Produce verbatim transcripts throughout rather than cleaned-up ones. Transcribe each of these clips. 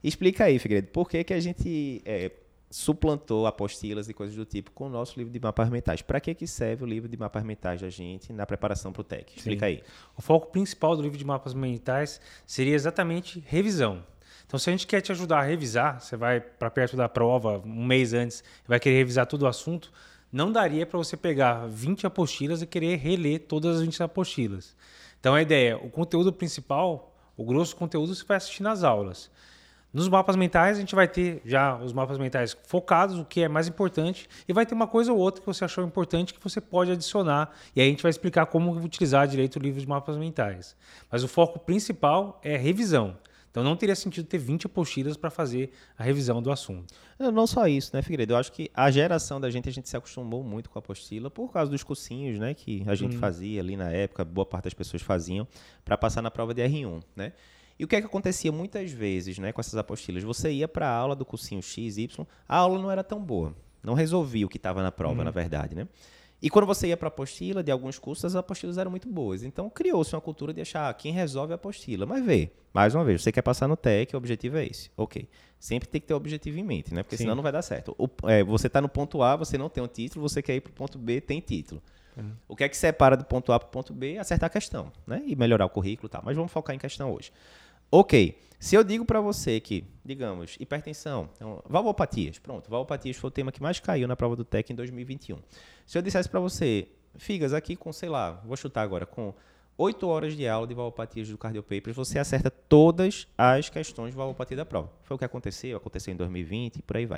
Explica aí, Figueiredo, por que, que a gente é, suplantou apostilas e coisas do tipo com o nosso livro de mapas mentais? Para que, que serve o livro de mapas mentais da gente na preparação para o T E C? Explica Sim. aí. O foco principal do livro de mapas mentais seria exatamente revisão. Então, se a gente quer te ajudar a revisar, você vai para perto da prova um mês antes e vai querer revisar todo o assunto, não daria para você pegar vinte apostilas e querer reler todas as vinte apostilas. Então, a ideia, o conteúdo principal, o grosso conteúdo, você vai assistir nas aulas. Nos mapas mentais, a gente vai ter já os mapas mentais focados, o que é mais importante, e vai ter uma coisa ou outra que você achou importante que você pode adicionar. E aí a gente vai explicar como utilizar direito o livro de mapas mentais. Mas o foco principal é revisão. Então não teria sentido ter vinte apostilas para fazer a revisão do assunto. Não só isso, né, Figueiredo? Eu acho que a geração da gente, a gente se acostumou muito com a apostila por causa dos cursinhos, né, que a gente hum. fazia ali na época, boa parte das pessoas faziam, para passar na prova de R um, né? E o que é que acontecia muitas vezes, né, com essas apostilas? Você ia para a aula do cursinho X, Y, a aula não era tão boa, não resolvia o que estava na prova, hum. na verdade, né? E quando você ia para a apostila de alguns cursos, as apostilas eram muito boas. Então, criou-se uma cultura de achar ah, quem resolve a apostila. Mas vê, mais uma vez, você quer passar no T E C, o objetivo é esse. Ok. Sempre tem que ter o objetivo em mente, né? Porque Sim. senão não vai dar certo. O, é, você está no ponto A, você não tem um título, você quer ir para o ponto B, tem título. Uhum. O que é que separa do ponto A para o ponto B? Acertar a questão, né? E melhorar o currículo e tal. Mas vamos focar em questão hoje. Ok. Se eu digo para você que, digamos, hipertensão, então, valvopatias, pronto, valvopatias foi o tema que mais caiu na prova do T E C em dois mil e vinte e um. Se eu dissesse para você, Figas, aqui com, sei lá, vou chutar agora, com oito horas de aula de valvopatias do Cardiopapers, você acerta todas as questões de valvopatia da prova. Foi o que aconteceu, aconteceu em dois mil e vinte e por aí vai.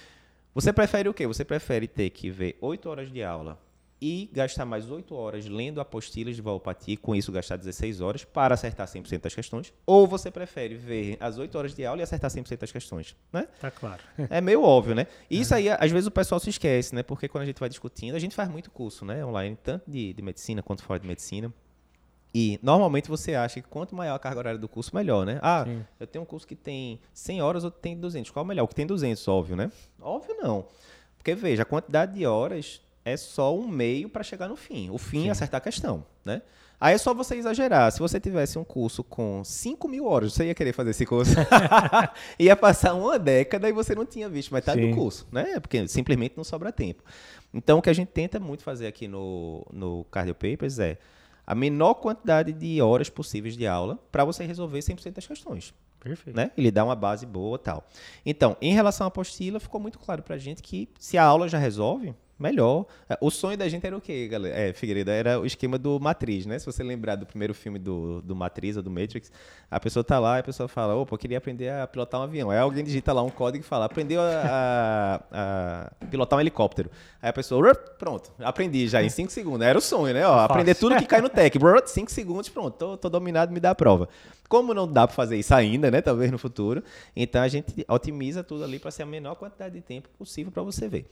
Você prefere o quê? Você prefere ter que ver oito horas de aula e gastar mais oito horas lendo apostilas de valvopatia, com isso gastar dezesseis horas para acertar cem por cento das questões? Ou você prefere ver as oito horas de aula e acertar cem por cento das questões? Né? Tá claro. É meio óbvio, né? E isso aí, às vezes, o pessoal se esquece, né? Porque quando a gente vai discutindo, a gente faz muito curso, né? Online, tanto de, de medicina quanto fora de medicina. E, normalmente, você acha que quanto maior a carga horária do curso, melhor, né? Ah, Sim. eu tenho um curso que tem cem horas, outro tem duzentas. Qual é o melhor? O que tem duzentas, óbvio, né? Óbvio não. Porque, veja, a quantidade de horas é só um meio para chegar no fim. O fim Sim. é acertar a questão, né? Aí é só você exagerar. Se você tivesse um curso com cinco mil horas, você ia querer fazer esse curso. Ia passar uma década e você não tinha visto metade Sim. do curso, né? Porque simplesmente não sobra tempo. Então, o que a gente tenta muito fazer aqui no, no Cardiopapers é a menor quantidade de horas possíveis de aula para você resolver cem por cento das questões. Perfeito. Né? Ele dá uma base boa e tal. Então, em relação à apostila, ficou muito claro para a gente que se a aula já resolve, melhor. O sonho da gente era o quê, galera? É, Figueiredo, era o esquema do Matrix, né? Se você lembrar do primeiro filme do, do Matrix, ou do Matrix, a pessoa tá lá e a pessoa fala, opa, eu queria aprender a pilotar um avião. Aí alguém digita lá um código e fala, aprendeu a, a, a pilotar um helicóptero. Aí a pessoa, pronto, aprendi já em cinco segundos. Era o sonho, né? Ó, aprender tudo que cai no T E C. cinco segundos, pronto, tô, tô dominado, me dá a prova. Como não dá para fazer isso ainda, né? Talvez no futuro. Então a gente otimiza tudo ali para ser a menor quantidade de tempo possível para você ver.